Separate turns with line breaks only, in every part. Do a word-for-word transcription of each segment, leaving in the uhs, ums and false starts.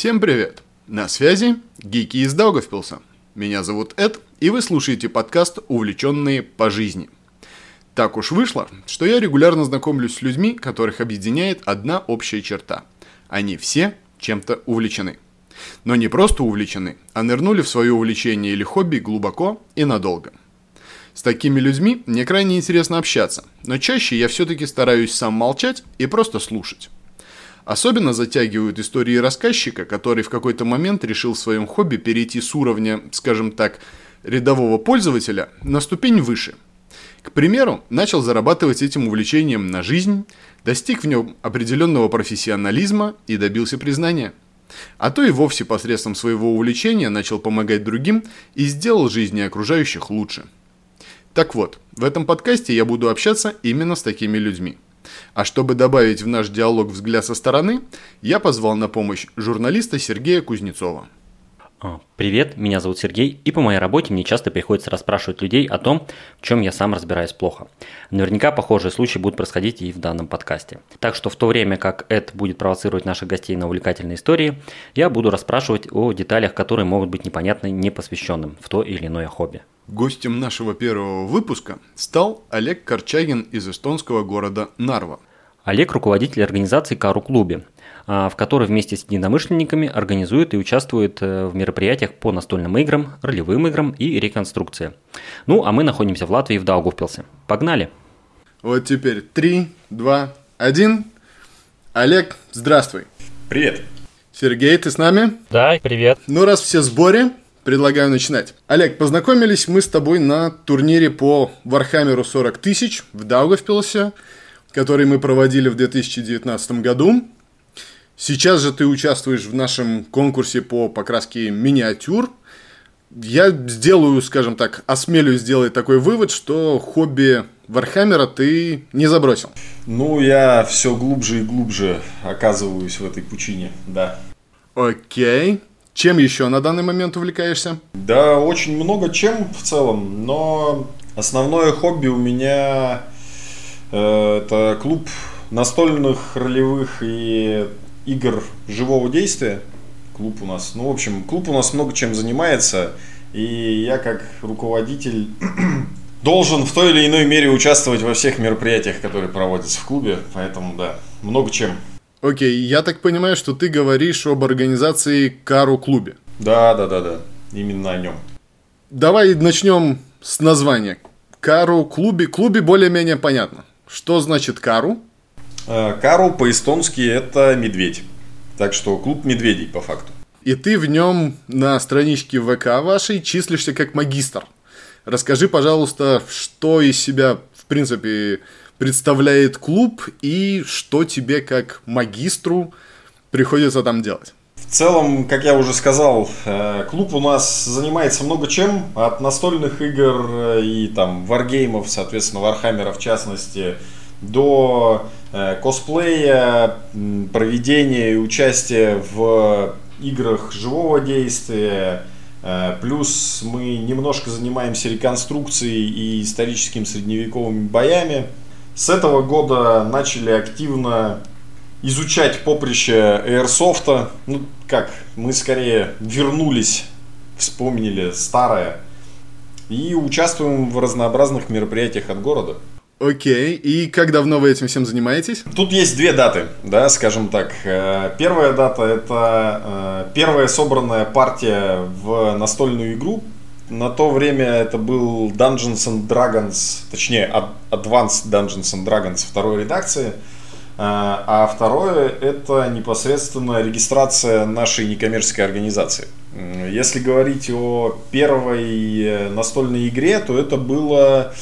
Всем привет! На связи Гики из Даугавпилса. Меня зовут Эд, и вы слушаете подкаст «Увлеченные по жизни». Так уж вышло, что я регулярно знакомлюсь с людьми, которых объединяет одна общая черта. Они все чем-то увлечены. Но не просто увлечены, а нырнули в свое увлечение или хобби глубоко и надолго. С такими людьми мне крайне интересно общаться, но чаще я все-таки стараюсь сам молчать и просто слушать. Особенно затягивают истории рассказчика, который в какой-то момент решил в своем хобби перейти с уровня, скажем так, рядового пользователя на ступень выше. К примеру, начал зарабатывать этим увлечением на жизнь, достиг в нем определенного профессионализма и добился признания. А то и вовсе посредством своего увлечения начал помогать другим и сделал жизни окружающих лучше. Так вот, в этом подкасте я буду общаться именно с такими людьми. А чтобы добавить в наш диалог взгляд со стороны, я позвал на помощь журналиста Сергея Кузнецова.
Привет, меня зовут Сергей, и по моей работе мне часто приходится расспрашивать людей о том, в чем я сам разбираюсь плохо. Наверняка похожие случаи будут происходить и в данном подкасте. Так что в то время как Эд будет провоцировать наших гостей на увлекательные истории, я буду расспрашивать о деталях, которые могут быть непонятны непосвященным в то или иное хобби.
Гостем нашего первого выпуска стал Олег Корчагин из эстонского города Нарва.
Олег – руководитель организации Кару-клубе, в которой вместе с единомышленниками организует и участвует в мероприятиях по настольным играм, ролевым играм и реконструкции. Ну, а мы находимся в Латвии, в Даугавпилсе. Погнали!
Вот теперь три, два, один. Олег, здравствуй.
Привет.
Сергей, ты с нами?
Да, привет.
Ну, раз все в сборе, предлагаю начинать. Олег, познакомились мы с тобой на турнире по Вархаммеру сорок тысяч в Даугавпилсе, который мы проводили в две тысячи девятнадцатом году. Сейчас же ты участвуешь в нашем конкурсе по покраске миниатюр. Я сделаю, скажем так, осмелюсь сделать такой вывод, что хобби Вархаммера ты не забросил.
Ну, я все глубже и глубже оказываюсь в этой пучине, да.
Окей. Чем еще на данный момент увлекаешься?
Да, очень много чем в целом, но основное хобби у меня э, это клуб настольных, ролевых и игр живого действия. Клуб у нас, ну, в общем, клуб у нас много чем занимается, и я как руководитель должен в той или иной мере участвовать во всех мероприятиях, которые проводятся в клубе, поэтому, да, много чем.
Окей, я так понимаю, что ты говоришь об организации Кару-клубе.
Да, да, да, да, именно о нем.
Давай начнем с названия. Кару-клубе. Клубе более-менее понятно. Что значит Кару?
Кару по-эстонски это медведь. Так что клуб медведей по факту.
И ты в нем на страничке ВК вашей числишься как магистр. Расскажи, пожалуйста, что из себя, в принципе, представляет клуб и что тебе как магистру приходится там делать.
В целом, как я уже сказал, клуб у нас занимается много чем. От настольных игр и там варгеймов, соответственно, Вархаммера в частности, до косплея, проведения и участия в играх живого действия. Плюс мы немножко занимаемся реконструкцией и историческими средневековыми боями. С этого года начали активно изучать поприще эйрсофта. Ну, как, мы скорее вернулись, вспомнили старое. И участвуем в разнообразных мероприятиях от города.
Окей, и как давно вы этим всем занимаетесь?
Тут есть две даты, да, скажем так. Первая дата – это первая собранная партия в настольную игру. На то время это был Dungeons and Dragons, точнее Advanced Dungeons and Dragons второй редакции. А второе – это непосредственно регистрация нашей некоммерческой организации. Если говорить о первой настольной игре, то это было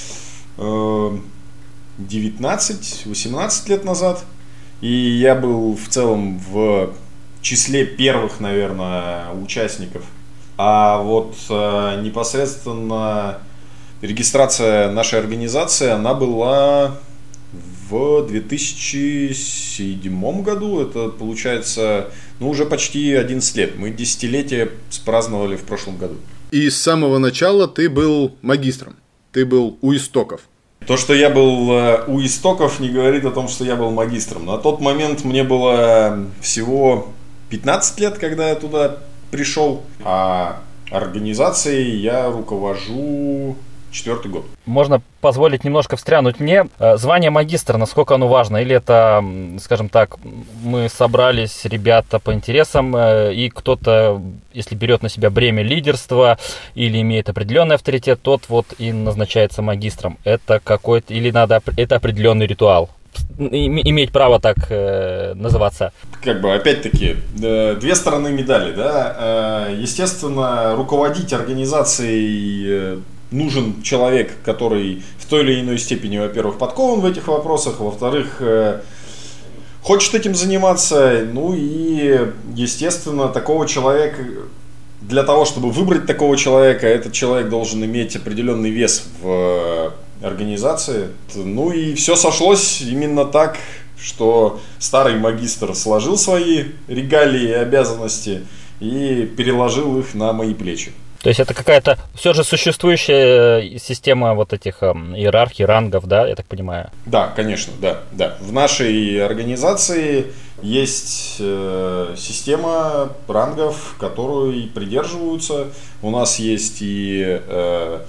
девятнадцать-восемнадцать лет назад. И я был в целом в числе первых, наверное, участников. А вот э, непосредственно регистрация нашей организации, она была в две тысячи седьмом году. Это получается, ну, уже почти одиннадцать лет. Мы десятилетие спраздновали в прошлом году.
И с самого начала ты был магистром. Ты был у истоков.
То, что я был у истоков, не говорит о том, что я был магистром. На тот момент мне было всего пятнадцать лет, когда я туда пришел, а организацией я руковожу четвертый год.
Можно позволить немножко встрянуть мне. Звание магистра, насколько оно важно? Или это, скажем так, мы собрались, ребята, по интересам, и кто-то, если берет на себя бремя лидерства или имеет определенный авторитет, тот вот и назначается магистром. Это какой-то, или надо, это определенный ритуал? Иметь право так э, называться.
Как бы, опять-таки, э, две стороны медали, да. Э, естественно, руководить организацией э, нужен человек, который в той или иной степени, во-первых, подкован в этих вопросах, во-вторых, э, хочет этим заниматься. Ну и, естественно, такого человека, для того, чтобы выбрать такого человека, этот человек должен иметь определенный вес в организации. Ну и все сошлось именно так, что старый магистр сложил свои регалии и обязанности и переложил их на мои плечи.
То есть это какая-то все же существующая система вот этих э, иерархий, рангов, да, я так понимаю?
Да, конечно, да, да. В нашей организации есть э, система рангов, которой придерживаются. У нас есть и э,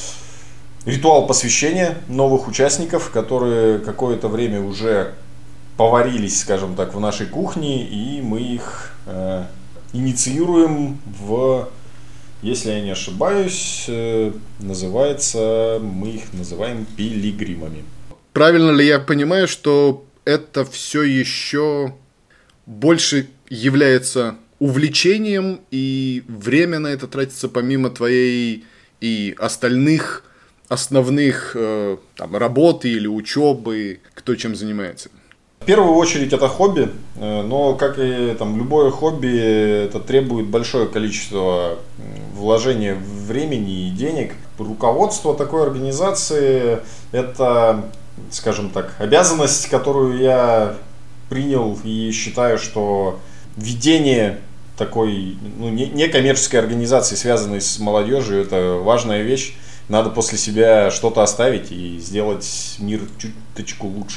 ритуал посвящения новых участников, которые какое-то время уже поварились, скажем так, в нашей кухне, и мы их э, инициируем в, если я не ошибаюсь, э, называется, мы их называем пилигримами.
Правильно ли я понимаю, что это все еще больше является увлечением, и время на это тратится помимо твоей и остальных основных э, там, работы или учебы, кто чем занимается?
В первую очередь это хобби, но как и там, любое хобби, это требует большое количество вложения времени и денег. Руководство такой организации – это, скажем так, обязанность, которую я принял и считаю, что ведение такой ну, некоммерческой организации, связанной с молодежью, это важная вещь. Надо после себя что-то оставить и сделать мир чуточку лучше.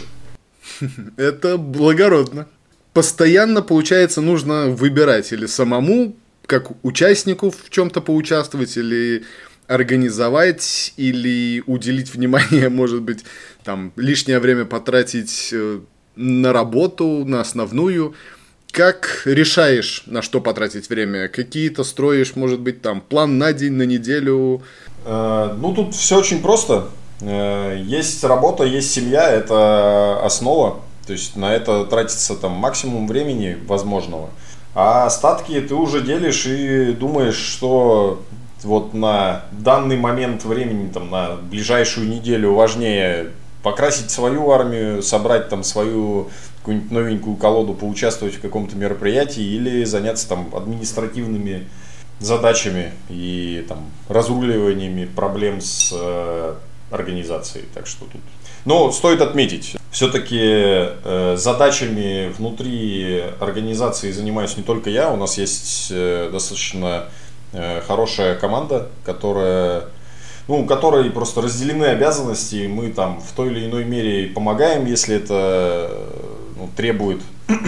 Это благородно. Постоянно, получается, нужно выбирать или самому, как участнику в чем-то поучаствовать, или организовать, или уделить внимание, может быть, там, лишнее время потратить на работу, на основную. Как решаешь, на что потратить время? Какие-то строишь, может быть, там, план на день, на неделю?
Ну, тут все очень просто. Есть работа, есть семья, это основа. То есть на это тратится там максимум времени возможного. А остатки ты уже делишь и думаешь, что вот на данный момент времени, там, на ближайшую неделю важнее покрасить свою армию, собрать там свою какую-нибудь новенькую колоду, поучаствовать в каком-то мероприятии или заняться там административными задачами и там разруливаниями проблем с э, организацией. Так что тут. Но стоит отметить, все-таки э, задачами внутри организации занимаюсь не только я. У нас есть э, достаточно э, хорошая команда, которая, ну, у которой просто разделены обязанности. И мы там в той или иной мере помогаем, если это ну, требует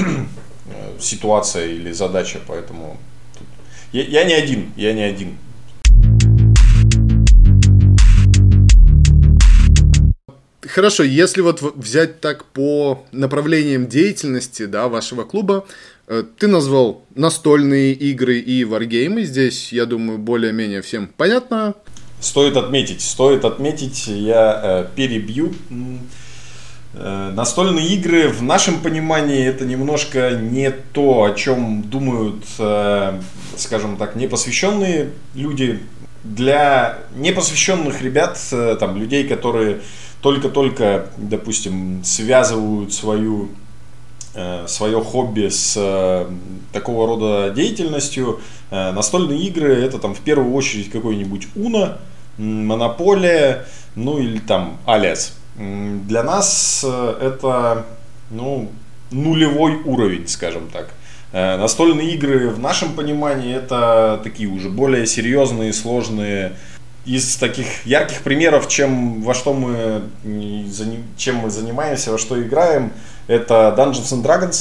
ситуация или задача. Поэтому Я, я не один, я не один.
Хорошо, если вот взять так по направлениям деятельности, да, вашего клуба, ты назвал настольные игры и варгеймы. Здесь, я думаю, более-менее всем понятно.
Стоит отметить, стоит отметить, я э, перебью. Э, настольные игры в нашем понимании это немножко не то, о чем думают, э, скажем так, непосвященные люди. Для непосвященных ребят, э, там, людей, которые только-только, допустим, связывают свою, э, свое хобби с э, такого рода деятельностью, э, настольные игры это там в первую очередь какой-нибудь Uno, Монополия, ну или там Алиас. Для нас э, это ну, нулевой уровень, скажем так. Э, настольные игры в нашем понимании это такие уже более серьезные, сложные. Из таких ярких примеров, чем, во что мы, чем мы занимаемся, во что играем, это Dungeons and Dragons.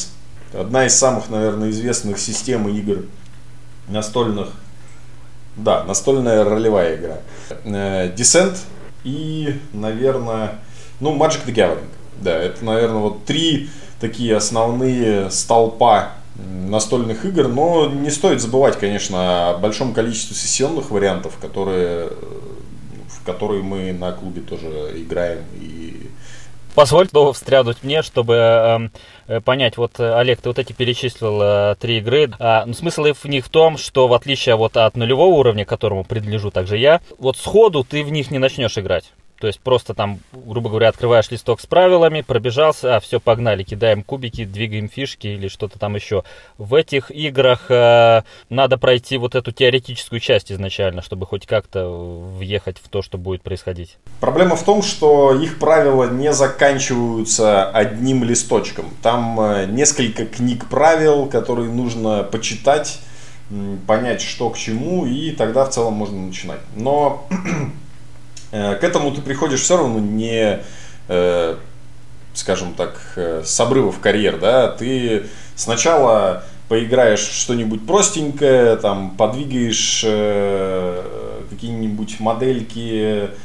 Одна из самых, наверное, известных систем игр настольных. Да, настольная ролевая игра. Descent и, наверное, ну, Magic the Gathering. Да, это, наверное, вот три такие основные столпа настольных игр, но не стоит забывать, конечно, о большом количестве сессионных вариантов, которые, в которые мы на клубе тоже играем. И...
Позволь снова встрянуть мне, чтобы э, понять, вот, Олег, ты вот эти перечислил э, три игры, а, ну, смысл в них в том, что в отличие вот от нулевого уровня, к которому принадлежу также я, вот сходу ты в них не начнешь играть. То есть просто там, грубо говоря, открываешь листок с правилами, пробежался, а все, погнали, кидаем кубики, двигаем фишки или что-то там еще. В этих играх э, надо пройти вот эту теоретическую часть изначально, чтобы хоть как-то въехать в то, что будет происходить.
Проблема в том, что их правила не заканчиваются одним листочком. Там э, несколько книг правил, которые нужно почитать, понять, что к чему, и тогда в целом можно начинать. Но... К этому ты приходишь все равно не, э, скажем так, с обрывов карьер, да, ты сначала поиграешь что-нибудь простенькое, там, подвигаешь э, какие-нибудь модельки, э,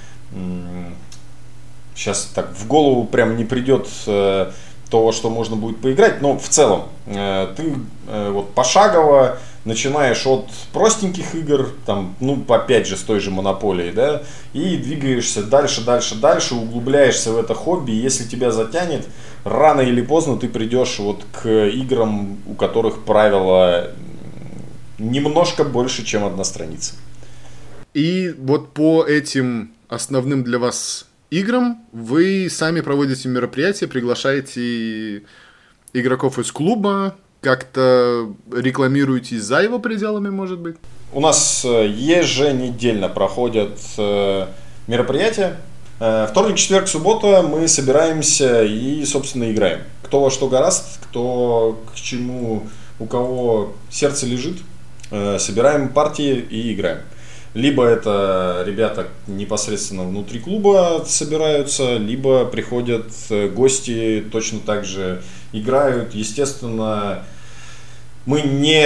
сейчас так в голову прям не придет э, то, что можно будет поиграть, но в целом э, ты э, вот пошагово начинаешь от простеньких игр, там, ну, опять же, с той же монополией, да, и двигаешься дальше, дальше, дальше, углубляешься в это хобби, и если тебя затянет, рано или поздно ты придешь вот к играм, у которых правила немножко больше, чем одна страница.
И вот по этим основным для вас играм вы сами проводите мероприятия, приглашаете игроков из клуба, как-то рекламируетесь за его пределами, может быть?
У нас еженедельно проходят мероприятия. Вторник, четверг, суббота мы собираемся и, собственно, играем. Кто во что гораст, кто к чему, у кого сердце лежит, собираем партии и играем. Либо это ребята непосредственно внутри клуба собираются, либо приходят гости, точно так же играют. Естественно, мы не,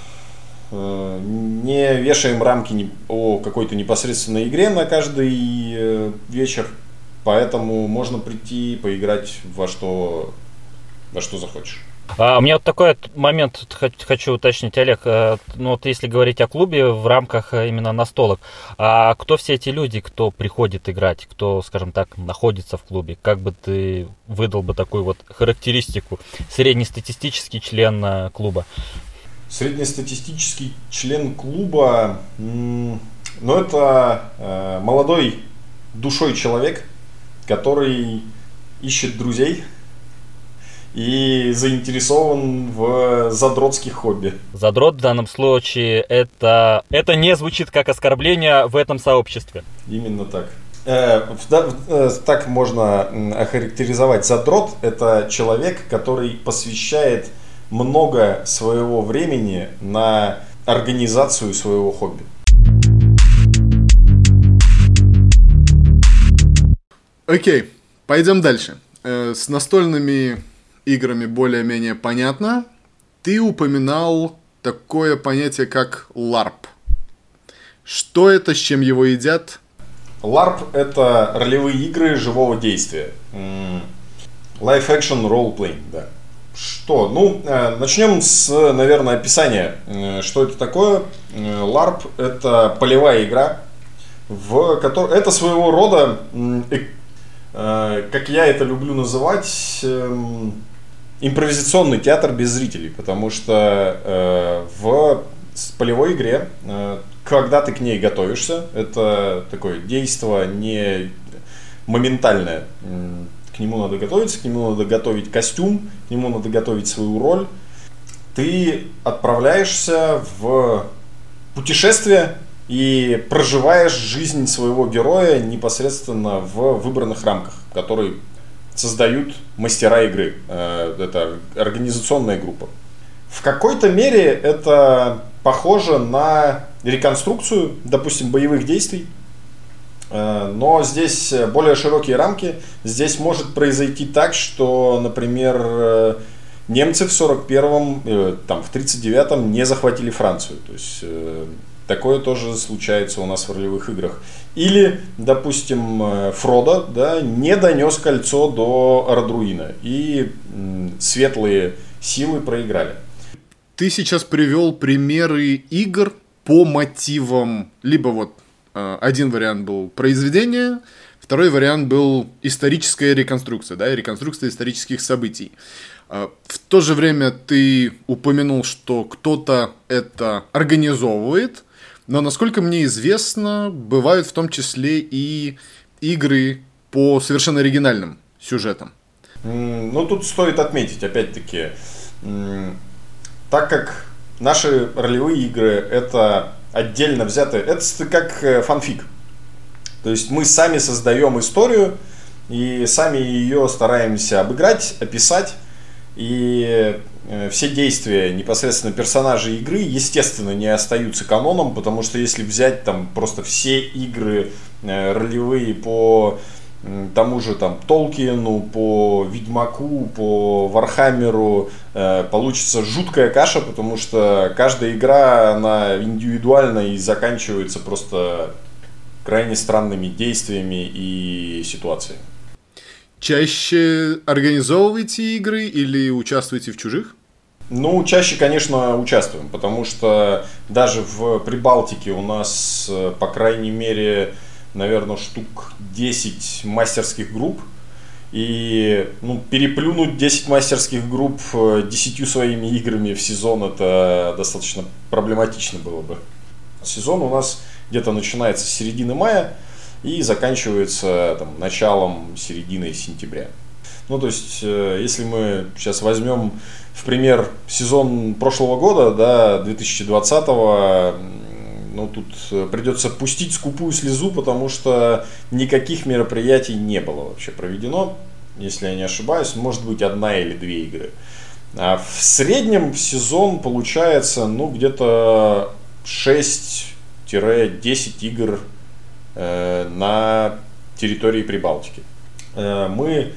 не вешаем рамки о какой-то непосредственной игре на каждый вечер, поэтому можно прийти поиграть во что, во что захочешь.
А, у меня вот такой момент хочу уточнить, Олег. Ну вот если говорить о клубе в рамках именно настолок, а кто все эти люди, кто приходит играть, кто, скажем так, находится в клубе? Как бы ты выдал бы такую вот характеристику? Среднестатистический член клуба.
Среднестатистический член клуба, ну это молодой душой человек, который ищет друзей и заинтересован в задротских хобби.
Задрот в данном случае это, это не звучит как оскорбление в этом сообществе.
Именно так. Э, э, так можно охарактеризовать. Задрот – это человек, который посвящает много своего времени на организацию своего хобби.
Окей, пойдем дальше. Э, с настольными играми более-менее понятно. Ты упоминал такое понятие, как ларп. Что это, с чем его едят?
ларп – это ролевые игры живого действия. Live action role playing, да. Что? Ну, начнем с, наверное, описания. Что это такое? ларп – это полевая игра, в которой это своего рода, как я это люблю называть, импровизационный театр без зрителей, потому что э, в полевой игре, э, когда ты к ней готовишься, это такое действо не моментальное. К нему надо готовиться, к нему надо готовить костюм, к нему надо готовить свою роль. Ты отправляешься в путешествие и проживаешь жизнь своего героя непосредственно в выбранных рамках, которые создают мастера игры. Это организационная группа. В какой-то мере это похоже на реконструкцию, допустим, боевых действий. Но здесь более широкие рамки. Здесь может произойти так, что, например, немцы в сорок первом, э, там, в тридцать девятом не захватили Францию. То есть э, такое тоже случается у нас в ролевых играх. Или, допустим, Фродо, да, не донес кольцо до Арадруина, и м, светлые силы проиграли.
Ты сейчас привел примеры игр по мотивам. Либо вот э, один вариант был произведение, второй вариант был историческая реконструкция, да, реконструкция исторических событий. Э, в то же время ты упомянул, что кто-то это организовывает, но, насколько мне известно, бывают в том числе и игры по совершенно оригинальным сюжетам.
Ну, тут стоит отметить, опять-таки, так как наши ролевые игры это отдельно взятые, это как фанфик. То есть мы сами создаем историю и сами ее стараемся обыграть, описать. И все действия непосредственно персонажей игры, естественно, не остаются каноном, потому что если взять там просто все игры ролевые по тому же там Толкиену, по Ведьмаку, по Вархаммеру, получится жуткая каша, потому что каждая игра, она индивидуальна и заканчивается просто крайне странными действиями и ситуациями.
Чаще организовываете игры или участвуете в чужих?
Ну, чаще, конечно, участвуем, потому что даже в Прибалтике у нас, по крайней мере, наверное, штук десять мастерских групп. И ну, переплюнуть десять мастерских групп десятью своими играми в сезон, это достаточно проблематично было бы. Сезон у нас где-то начинается с середины мая и заканчивается там, началом, серединой сентября. Ну, то есть, э, если мы сейчас возьмем в пример сезон прошлого года, да, две тысячи двадцатого, ну, тут придется пустить скупую слезу, потому что никаких мероприятий не было вообще проведено, если я не ошибаюсь, может быть, одна или две игры. А в среднем в сезон получается, ну, где-то шесть-десять игр на территории Прибалтики. Мы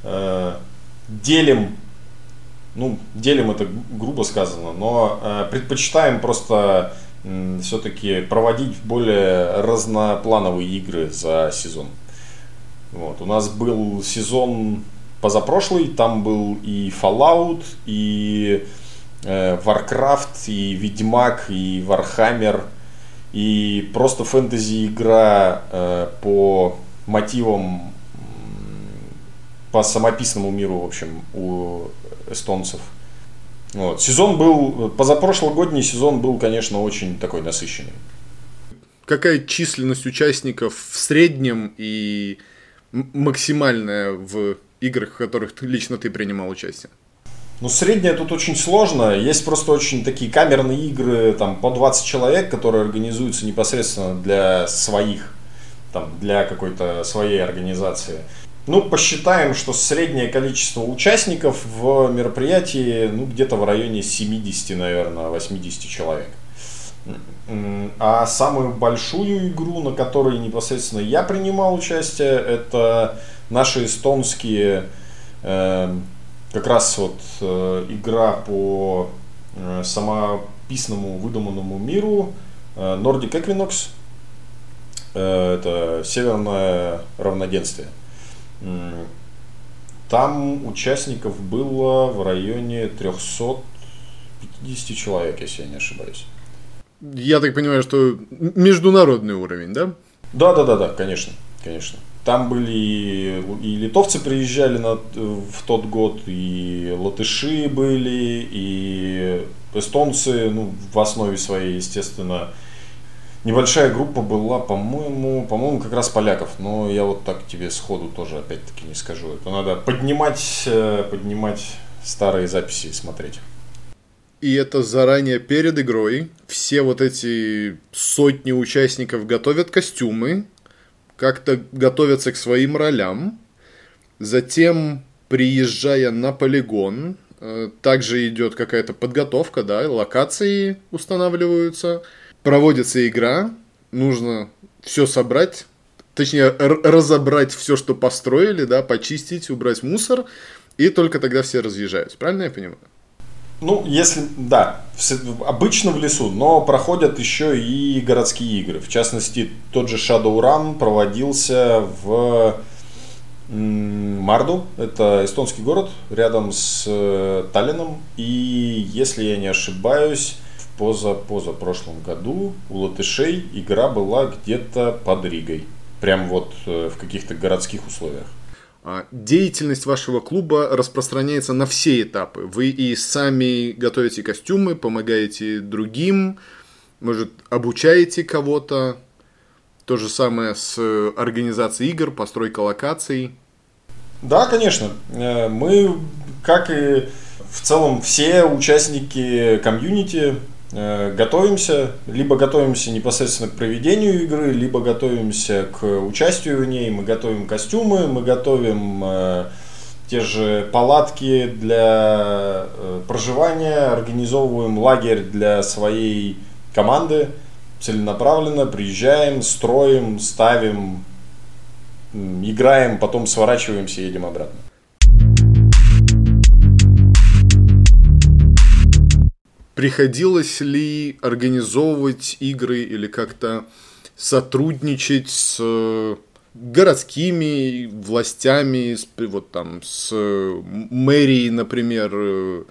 делим, ну, делим это грубо сказано, но предпочитаем просто все-таки проводить более разноплановые игры за сезон. Вот. У нас был сезон позапрошлый, там был и Fallout, и Warcraft, и Ведьмак, и Warhammer, и просто фэнтези-игра э, по мотивам, по самописному миру, в общем, у эстонцев. Вот. Сезон был, позапрошлогодний сезон был, конечно, очень такой насыщенный.
Какая численность участников в среднем и максимальная в играх, в которых лично ты принимал участие?
Ну, среднее тут очень сложно. Есть просто очень такие камерные игры, там, по двадцать человек, которые организуются непосредственно для своих, там, для какой-то своей организации. Ну, посчитаем, что среднее количество участников в мероприятии, ну, где-то в районе семьдесят, наверное, восемьдесят человек. А самую большую игру, на которой непосредственно я принимал участие, это наши эстонские... Э, Как раз вот э, игра по э, самописному выдуманному миру э, Nordic Equinox. Э, это Северное равноденствие. Э, там участников было в районе триста пятьдесят человек, если я не ошибаюсь.
Я так понимаю, что международный уровень, да?
Да, да, да, да, конечно, конечно. Там были и, и литовцы приезжали на, в тот год, и латыши были, и эстонцы, ну, в основе своей, естественно. Небольшая группа была, по-моему, по-моему, как раз поляков, но я вот так тебе сходу тоже опять-таки не скажу. Это надо поднимать, поднимать старые записи и смотреть.
И это заранее перед игрой. Все вот эти сотни участников готовят костюмы, как-то готовятся к своим ролям, затем, приезжая на полигон, также идет какая-то подготовка, да, локации устанавливаются, проводится игра, нужно все собрать, точнее, р- разобрать все, что построили, да, почистить, убрать мусор, и только тогда все разъезжаются. Правильно я понимаю?
Ну, если, да, в, обычно в лесу, но проходят еще и городские игры. В частности, тот же Shadowrun проводился в Марду, это эстонский город, рядом с Таллином. И, если я не ошибаюсь, в поза-позапрошлом году у латышей игра была где-то под Ригой. Прям вот в каких-то городских условиях.
Деятельность вашего клуба распространяется на все этапы. Вы и сами готовите костюмы, помогаете другим, может, обучаете кого-то. То же самое с организацией игр, постройка локаций.
Да, конечно. Мы, как и в целом все участники комьюнити, готовимся, либо готовимся непосредственно к проведению игры, либо готовимся к участию в ней. Мы готовим костюмы, мы готовим э, те же палатки для э, проживания, организовываем лагерь для своей команды целенаправленно, приезжаем, строим, ставим, играем, потом сворачиваемся и едем обратно.
Приходилось ли организовывать игры или как-то сотрудничать с городскими властями, с, вот там, с мэрией, например,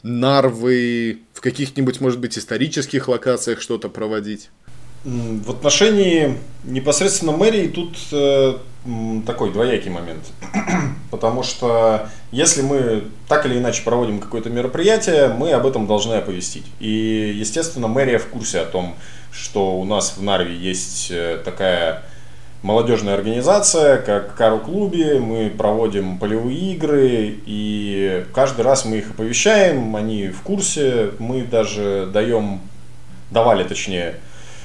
Нарвы, в каких-нибудь, может быть, исторических локациях что-то проводить?
В отношении непосредственно мэрии тут э, такой двоякий момент. Потому что если мы так или иначе проводим какое-то мероприятие, мы об этом должны оповестить. И, естественно, мэрия в курсе о том, что у нас в Нарве есть такая молодежная организация, как Карл Клуби. Мы проводим полевые игры, и каждый раз мы их оповещаем, они в курсе. Мы даже даем, давали точнее,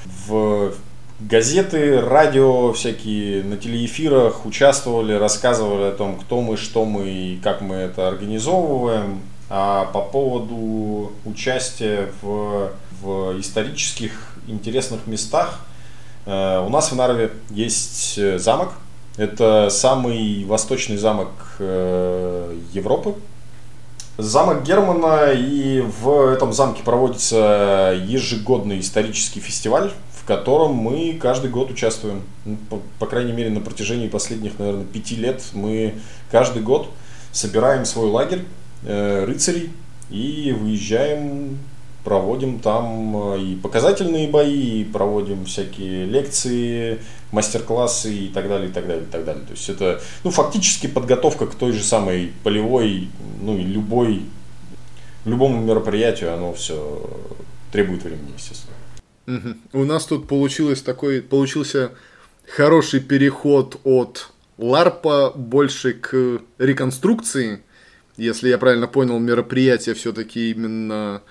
в газеты, радио всякие, на телеэфирах участвовали, рассказывали о том, кто мы, что мы и как мы это организовываем. А по поводу участия в, в исторических интересных местах, э, у нас в Нарве есть замок. Это самый восточный замок э, Европы. Замок Германа, и в этом замке проводится ежегодный исторический фестиваль, в котором мы каждый год участвуем. По, по крайней мере, на протяжении последних, наверное, пяти лет мы каждый год собираем свой лагерь э, рыцарей и выезжаем, проводим там и показательные бои, и проводим всякие лекции, мастер-классы и так далее, и так далее, и так далее. То есть это, ну, фактически подготовка к той же самой полевой, ну и любой, любому мероприятию, оно все требует времени, естественно.
Угу. У нас тут получилось такой, получился хороший переход от ларпа больше к реконструкции. Если я правильно понял, мероприятие все-таки именно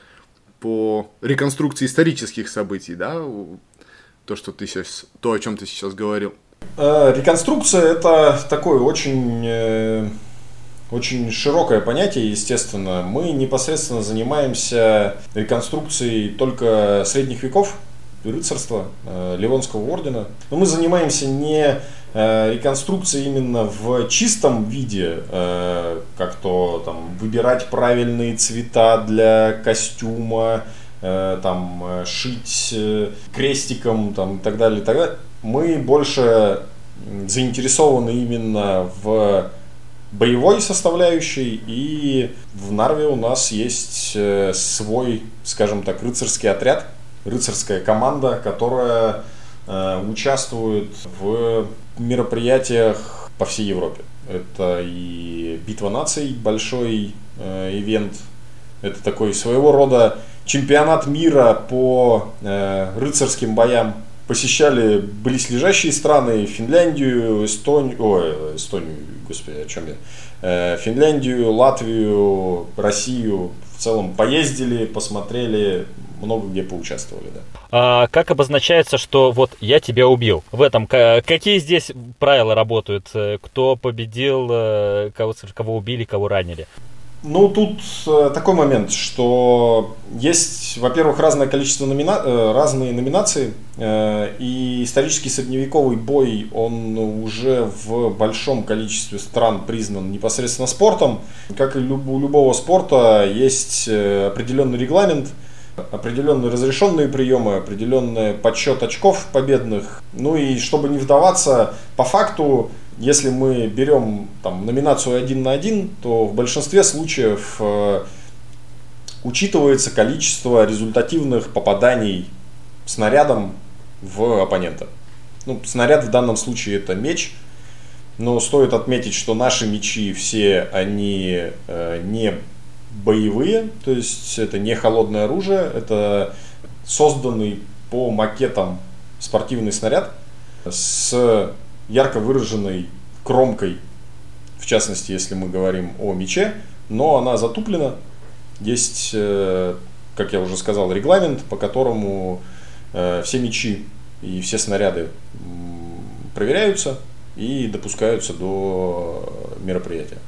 по реконструкции исторических событий, да? То, что ты сейчас, то, о чем ты сейчас говорил.
Реконструкция – это такое очень, очень широкое понятие, естественно. Мы непосредственно занимаемся реконструкцией только средних веков, рыцарства, Ливонского ордена. Но мы занимаемся не реконструкцией именно в чистом виде, как то там, выбирать правильные цвета для костюма, там, шить крестиком там, и так далее, и так далее. Мы больше заинтересованы именно в боевой составляющей, и в Нарве у нас есть свой, скажем так, рыцарский отряд, рыцарская команда, которая э, участвует в мероприятиях по всей Европе. Это и Битва наций, большой э, ивент, это такой своего рода чемпионат мира по э, рыцарским боям. Посещали близлежащие страны, Финляндию, Эстонию, ой, Эстонию, господи, о чем я, э, Финляндию, Латвию, Россию. В целом поездили, посмотрели, много где поучаствовали, да.
А как обозначается, что вот я тебя убил? В этом какие здесь правила работают? Кто победил, кого, кого убили, кого ранили?
Ну, тут э, такой момент, что есть, во-первых, разное количество номина... э, разные номинации, э, и исторический средневековый бой, он уже в большом количестве стран признан непосредственно спортом. Как и люб... у любого спорта, есть определенный регламент, определенные разрешенные приемы, определенный подсчет очков победных. Ну и чтобы не вдаваться, по факту, если мы берем там, номинацию один на один, то в большинстве случаев э, учитывается количество результативных попаданий снарядом в оппонента. Ну, снаряд в данном случае это меч, но стоит отметить, что наши мечи все, они э, не боевые, то есть это не холодное оружие, это созданный по макетам спортивный снаряд с ярко выраженной кромкой, в частности, если мы говорим о мече, но она затуплена. Есть, как я уже сказал, регламент, по которому все мечи и все снаряды проверяются и допускаются до мероприятия.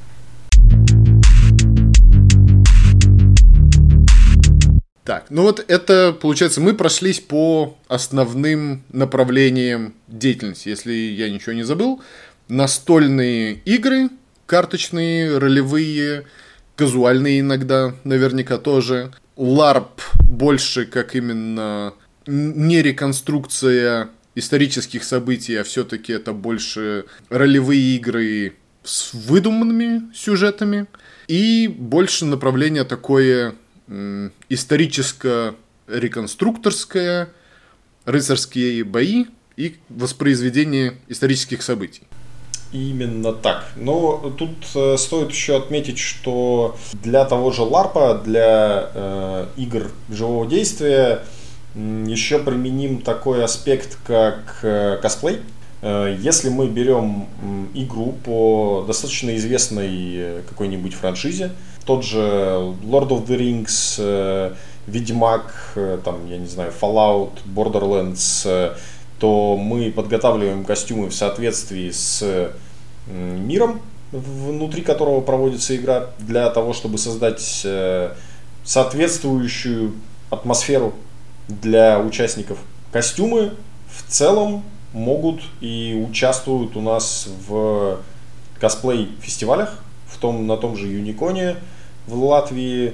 Так, ну вот это, получается, мы прошлись по основным направлениям деятельности, если я ничего не забыл. Настольные игры, карточные, ролевые, казуальные иногда, наверняка тоже. ларп больше как именно не реконструкция исторических событий, а все-таки это больше ролевые игры с выдуманными сюжетами. И больше направление такое историческо-реконструкторское, рыцарские бои и воспроизведение исторических событий.
Именно так. Но тут э, стоит еще отметить, что для того же ларпа, для э, игр живого действия э, еще применим такой аспект, как э, косплей. Э, если мы берем э, игру по достаточно известной э, какой-нибудь франшизе, тот же Lord of the Rings, э, Ведьмак, э, там, я не знаю, Fallout, Borderlands, э, то мы подготавливаем костюмы в соответствии с э, миром, внутри которого проводится игра, для того, чтобы создать э, соответствующую атмосферу для участников. Костюмы в целом могут и участвуют у нас в косплей-фестивалях, в том, на том же Юниконе в Латвии,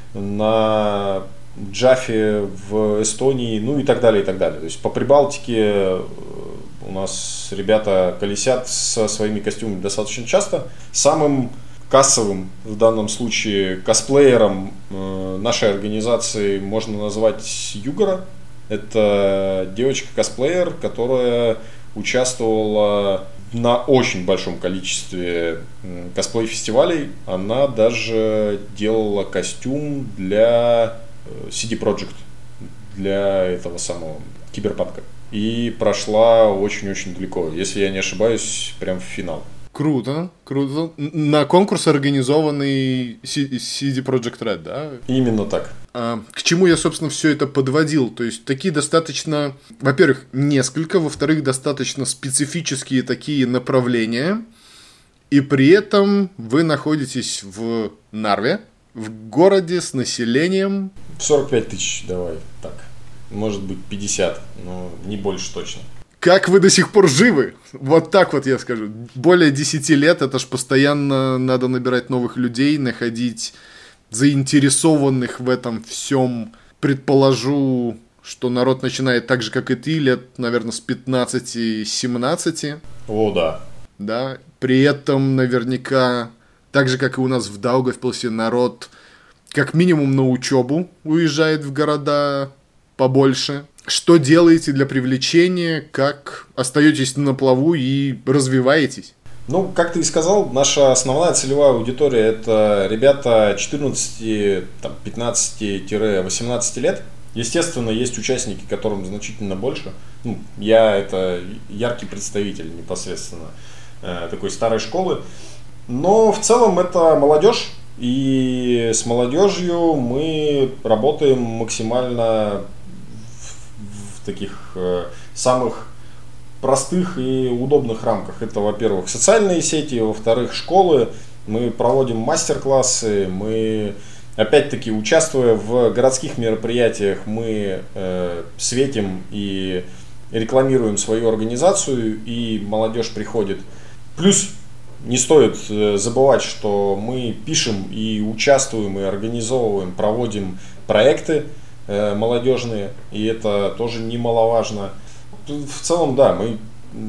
на Джафе в Эстонии, ну и так далее, и так далее. То есть по Прибалтике у нас ребята колесят со своими костюмами достаточно часто. Самым кассовым в данном случае косплеером нашей организации можно назвать Югора. Это девочка-косплеер, которая участвовала на очень большом количестве косплей-фестивалей. Она даже делала костюм для си ди Projekt, для этого самого Киберпанка. И прошла очень-очень далеко, если я не ошибаюсь, прям в финал.
Круто, круто. На конкурс, организованный си ди Projekt Red, да?
Именно так.
А, к чему я, собственно, все это подводил? То есть, такие достаточно, во-первых, несколько, во-вторых, достаточно специфические такие направления, и при этом вы находитесь в Нарве, в городе с населением...
сорок пять тысяч, давай, так. Может быть, пятьдесят, но не больше точно.
Как вы до сих пор живы? Вот так вот я скажу. Более десяти лет, это ж постоянно надо набирать новых людей, находить заинтересованных в этом всем. Предположу, что народ начинает так же, как и ты, лет, наверное, с пятнадцати-семнадцати.
О, да.
Да. При этом наверняка, так же, как и у нас в Даугавпилсе, народ как минимум на учебу уезжает в города побольше. Что делаете для привлечения, как остаетесь на плаву и развиваетесь?
Ну, как ты и сказал, наша основная целевая аудитория – это ребята четырнадцати-пятнадцати-восемнадцати лет. Естественно, есть участники, которым значительно больше. Ну, я – это яркий представитель непосредственно э, такой старой школы. Но в целом это молодежь. И с молодежью мы работаем максимально в таких э, самых простых и удобных рамках. Это, во-первых, социальные сети, во-вторых, школы, Мы проводим мастер-классы, мы, опять-таки, участвуя в городских мероприятиях, мы э, светим и рекламируем свою организацию, и молодежь приходит. Плюс не стоит забывать, что мы пишем и участвуем, и организовываем, проводим проекты э, молодежные, и это тоже немаловажно. В целом, да, мы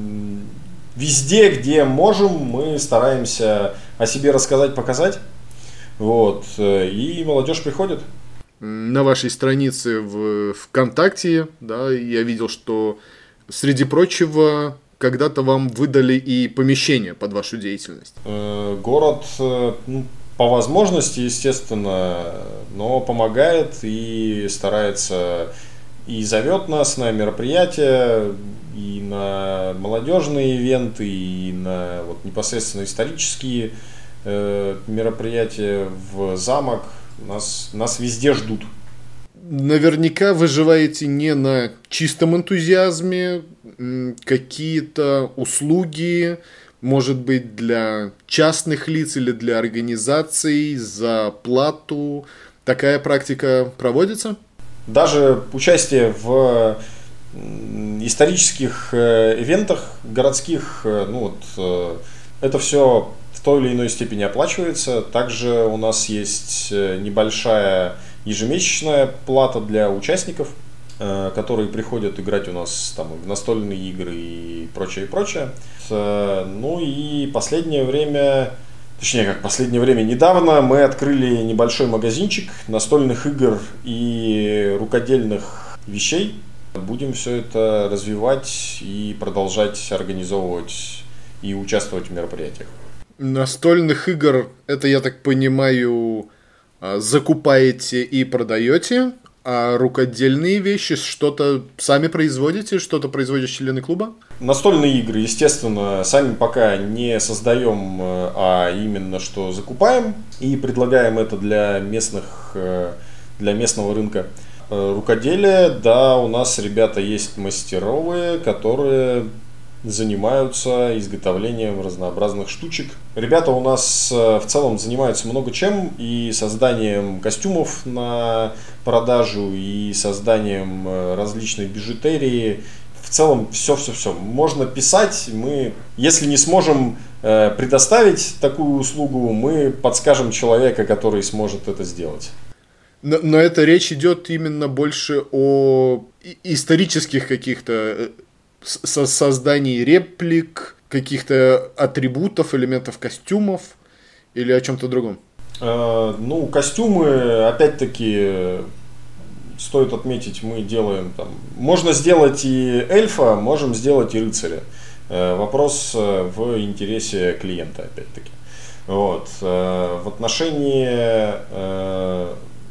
везде, где можем, мы стараемся о себе рассказать, показать, вот, и молодежь приходит.
На вашей странице в ВКонтакте, да, я видел, что среди прочего когда-то вам выдали и помещение под вашу деятельность.
Город, ну, по возможности, естественно, но помогает и старается, и зовет нас на мероприятия, и на молодежные ивенты, и на вот, непосредственно исторические э, мероприятия в замок. Нас, нас везде ждут.
Наверняка вы живаете не на чистом энтузиазме, какие-то услуги, может быть, для частных лиц или для организаций за плату. Такая практика проводится?
Даже участие в исторических ивентах городских, ну вот, это все в той или иной степени оплачивается. Также у нас есть небольшая ежемесячная плата для участников, которые приходят играть у нас там в настольные игры и прочее, и прочее. Ну и последнее время, точнее как последнее время, недавно мы открыли небольшой магазинчик настольных игр и рукодельных вещей. Будем все это развивать и продолжать организовывать и участвовать в мероприятиях.
Настольных игр, это, я так понимаю, закупаете и продаете, а рукодельные вещи что-то сами производите, что-то производят члены клуба?
Настольные игры, естественно, сами пока не создаем, а именно что закупаем и предлагаем это для местных, для местного рынка. Рукоделие, да, у нас ребята есть мастеровые, которые занимаются изготовлением разнообразных штучек. Ребята у нас в целом занимаются много чем, и созданием костюмов на продажу, и созданием различной бижутерии. В целом все-все-все. Можно писать, мы, если не сможем предоставить такую услугу, мы подскажем человека, который сможет это сделать.
Но, но это речь идет именно больше о исторических каких-то со- создании реплик, каких-то атрибутов, элементов костюмов или о чем-то другом?
Э, ну, костюмы, опять-таки, стоит отметить, мы делаем там. Можно сделать и эльфа, можем сделать и рыцаря. Э, вопрос в интересе клиента, опять-таки. Вот. Э, в отношении э,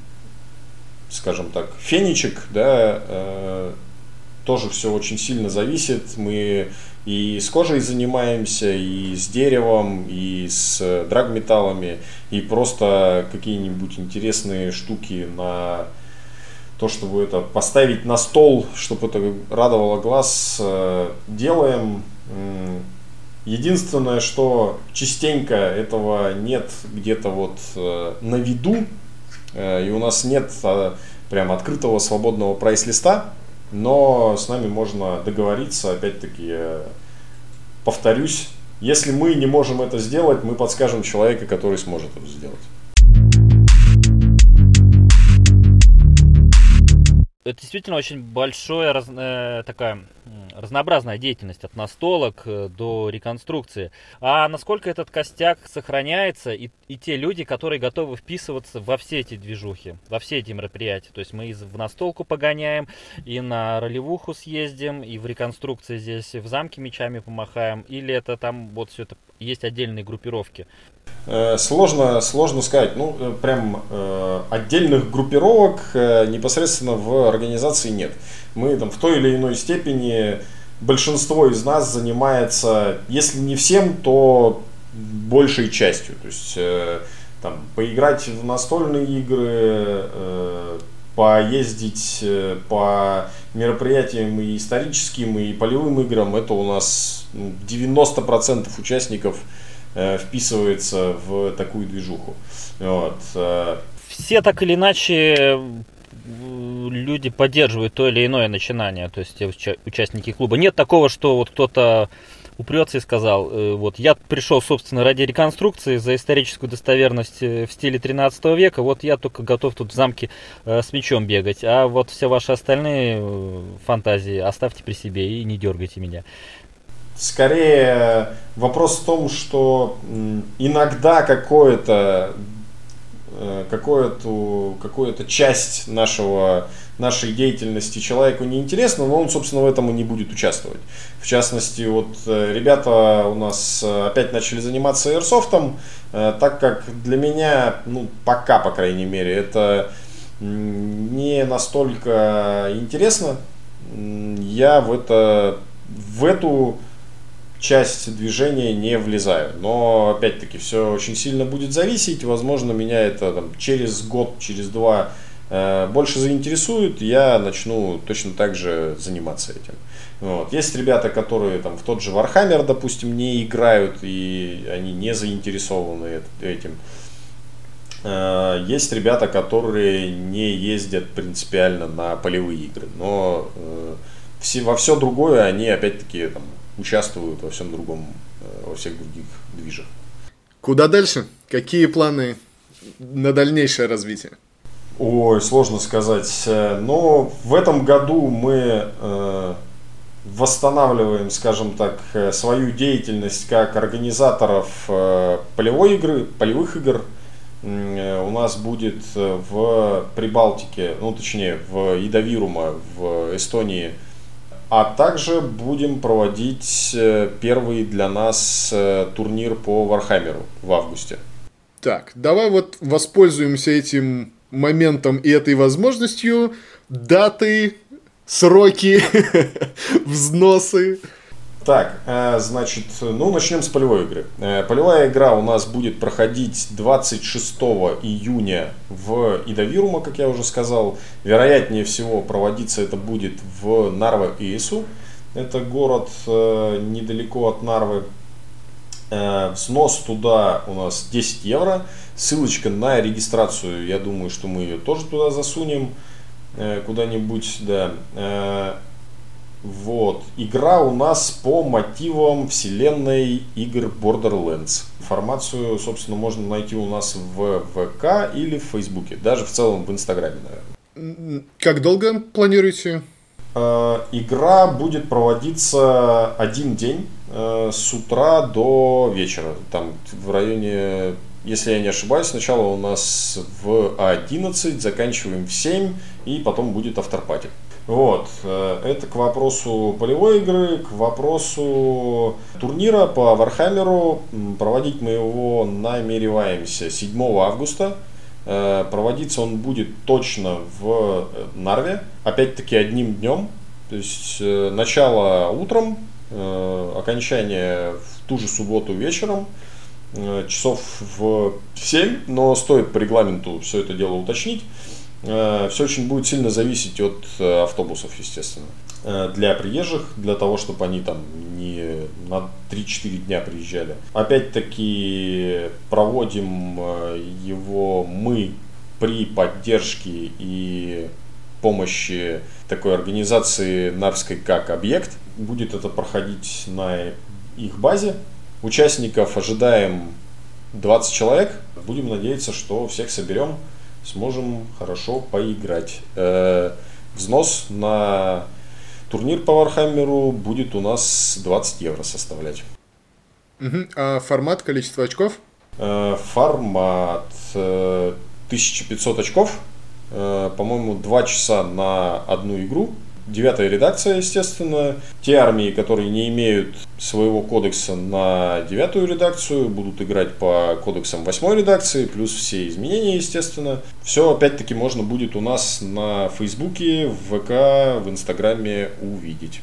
скажем так, фенечек, да, э, тоже все очень сильно зависит. Мы и с кожей занимаемся, и с деревом, и с драгметаллами, и просто какие-нибудь интересные штуки на то, чтобы это поставить на стол, чтобы это радовало глаз, э, делаем. Единственное, что частенько этого нет где-то вот э, на виду, и у нас нет а, прям открытого свободного прайс-листа, но с нами можно договориться, опять-таки, повторюсь, если мы не можем это сделать, мы подскажем человека, который сможет это сделать.
Это действительно очень большая раз, э, такая разнообразная деятельность, от настолок до реконструкции. А насколько этот костяк сохраняется, и, и те люди, которые готовы вписываться во все эти движухи, во все эти мероприятия. То есть мы и в настолку погоняем, и на ролевуху съездим, и в реконструкции здесь в замке мечами помахаем, или это там вот все это есть отдельные группировки?
Сложно, сложно сказать. Ну, прям э, отдельных группировок э, непосредственно в организации нет. Мы там в той или иной степени, большинство из нас занимается, если не всем, то большей частью. То есть э, там, поиграть в настольные игры, э, поездить э, по мероприятиям и историческим, и полевым играм, это у нас девяносто процентов участников э, вписывается в такую движуху. Вот.
Все так или иначе люди поддерживают то или иное начинание, то есть уча- участники клуба. Нет такого, что вот кто-то упрется и сказал, э, вот я пришел, собственно, ради реконструкции за историческую достоверность в стиле тринадцатого века, вот я только готов тут в замке э, с мечом бегать, а вот все ваши остальные э, фантазии оставьте при себе и не дергайте меня.
Скорее вопрос в том, что иногда какое-то какую-то, какую-то часть нашего, нашей деятельности человеку не интересна, но он, собственно, в этом и не будет участвовать. В частности, вот ребята у нас опять начали заниматься аирсофтом, так как для меня, ну, пока, по крайней мере, это не настолько интересно, я в, это, в эту часть движения не влезаю. Но, опять-таки, все очень сильно будет зависеть. Возможно, меня это там, через год, через два э, больше заинтересует. Я начну точно так же заниматься этим. Вот. Есть ребята, которые там, в тот же Warhammer, допустим, не играют, и они не заинтересованы этим. Э, есть ребята, которые не ездят принципиально на полевые игры. Но э, все, во все другое они, опять-таки, там, участвуют во всем другом, во всех других движах.
Куда дальше? Какие планы на дальнейшее развитие?
Ой, сложно сказать. Но в этом году мы э, восстанавливаем, скажем так, свою деятельность как организаторов э, полевой игры, полевых игр. Э, у нас будет в Прибалтике, ну точнее в Идавирума в Эстонии. А также будем проводить первый для нас турнир по Вархаммеру в августе.
Так, давай вот воспользуемся этим моментом и этой возможностью. Даты, сроки, взносы.
Так, значит, ну начнем с полевой игры. Полевая игра у нас будет проходить двадцать шестого июня в Идавирума, как я уже сказал. Вероятнее всего проводиться это будет в Нарва-Иесу. Это город недалеко от Нарвы. Взнос туда у нас десять евро. Ссылочка на регистрацию, я думаю, что мы ее тоже туда засунем куда-нибудь, да. Вот. Игра у нас по мотивам вселенной игр Borderlands. Информацию, собственно, можно найти у нас в ВК или в Фейсбуке. Даже в целом в Инстаграме, наверное.
Как долго планируете?
Игра будет проводиться один день с утра до вечера. Там в районе, если я не ошибаюсь, сначала у нас в одиннадцать, заканчиваем в семь, и потом будет афтерпати. Вот, это к вопросу полевой игры, к вопросу турнира по Вархаммеру. Проводить мы его намереваемся седьмого августа. Проводиться он будет точно в Нарве, опять-таки одним днем. То есть начало утром, окончание в ту же субботу вечером, часов в семь, но стоит по регламенту все это дело уточнить. Все очень будет сильно зависеть от автобусов, естественно. Для приезжих, для того, чтобы они там не на три-четыре дня приезжали. Опять-таки проводим его мы при поддержке и помощи такой организации Нарвской как объект. Будет это проходить на их базе. Участников ожидаем двадцать человек. Будем надеяться, что всех соберем, сможем хорошо поиграть. Э, взнос на турнир по Вархаммеру будет у нас двадцать евро составлять.
Угу. А формат, количество очков?
Э, формат э, тысяча пятьсот очков. Э, по-моему, два часа на одну игру. Девятая редакция, естественно. Те армии, которые не имеют своего кодекса на девятую редакцию, будут играть по кодексам восьмой редакции, плюс все изменения, естественно. Все, опять-таки, можно будет у нас на Фейсбуке, в ВК, в Инстаграме увидеть.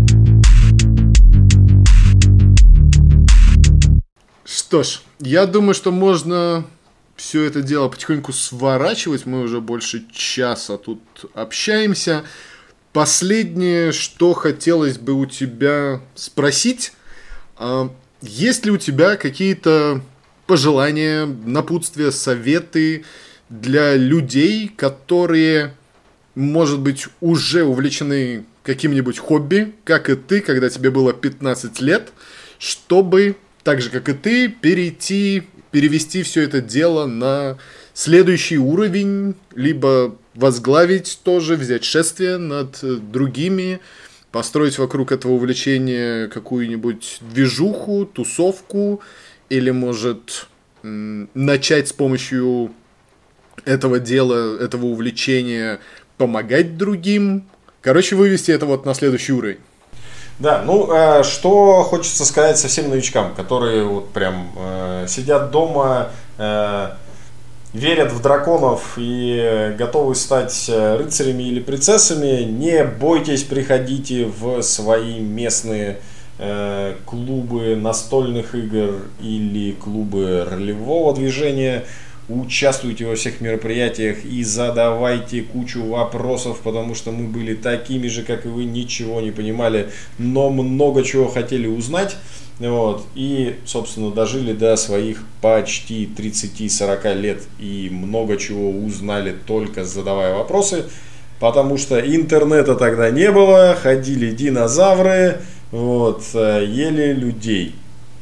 Что ж, я думаю, что можно все это дело потихоньку сворачивать. Мы уже больше часа тут общаемся. Последнее, что хотелось бы у тебя спросить. есть ли у тебя какие-то пожелания, напутствия, советы для людей, которые, может быть, уже увлечены каким-нибудь хобби, как и ты, когда тебе было пятнадцать лет, чтобы, так же, как и ты, перейти, перевести все это дело на следующий уровень, либо возглавить тоже, взять шествие над другими, построить вокруг этого увлечения какую-нибудь движуху, тусовку, или, может, начать с помощью этого дела, этого увлечения помогать другим. Короче, вывести это вот на следующий уровень.
Да, ну, э, что хочется сказать совсем новичкам, которые вот прям э, сидят дома, э, верят в драконов и готовы стать рыцарями или принцессами. Не бойтесь, приходите в свои местные э, клубы настольных игр или клубы ролевого движения. Участвуйте во всех мероприятиях и задавайте кучу вопросов, потому что мы были такими же, как и вы, ничего не понимали, но много чего хотели узнать. Вот, и, собственно, дожили до своих почти тридцати-сорока лет и много чего узнали, только задавая вопросы, потому что интернета тогда не было, ходили динозавры, вот, ели людей.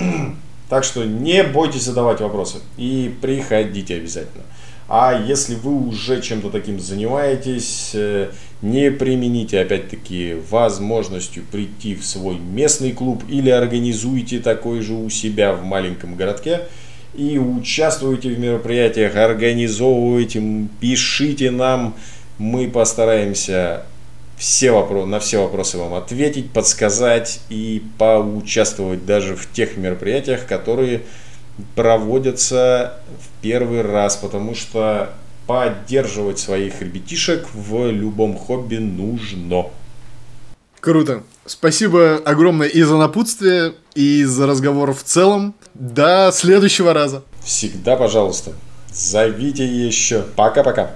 Так что не бойтесь задавать вопросы и приходите обязательно. А если вы уже чем-то таким занимаетесь, не примените опять-таки возможностью прийти в свой местный клуб или организуйте такой же у себя в маленьком городке и участвуйте в мероприятиях, организовывайте, пишите нам, мы постараемся все вопросы, на все вопросы вам ответить, подсказать и поучаствовать даже в тех мероприятиях, которые проводятся в первый раз, потому что поддерживать своих ребятишек в любом хобби нужно.
Круто. Спасибо огромное и за напутствие, и за разговор в целом. До следующего раза.
Всегда, пожалуйста, зовите еще. Пока-пока.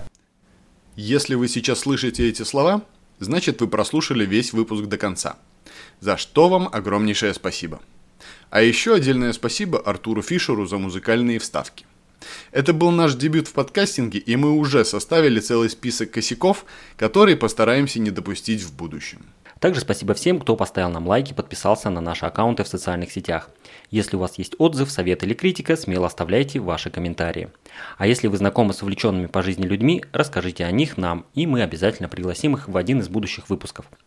Если вы сейчас слышите эти слова, значит, вы прослушали весь выпуск до конца. За что вам огромнейшее спасибо. А еще отдельное спасибо Артуру Фишеру за музыкальные вставки. Это был наш дебют в подкастинге, и мы уже составили целый список косяков, которые постараемся не допустить в будущем.
Также спасибо всем, кто поставил нам лайки, подписался на наши аккаунты в социальных сетях. Если у вас есть отзыв, совет или критика, смело оставляйте ваши комментарии. А если вы знакомы с увлеченными по жизни людьми, расскажите о них нам, и мы обязательно пригласим их в один из будущих выпусков.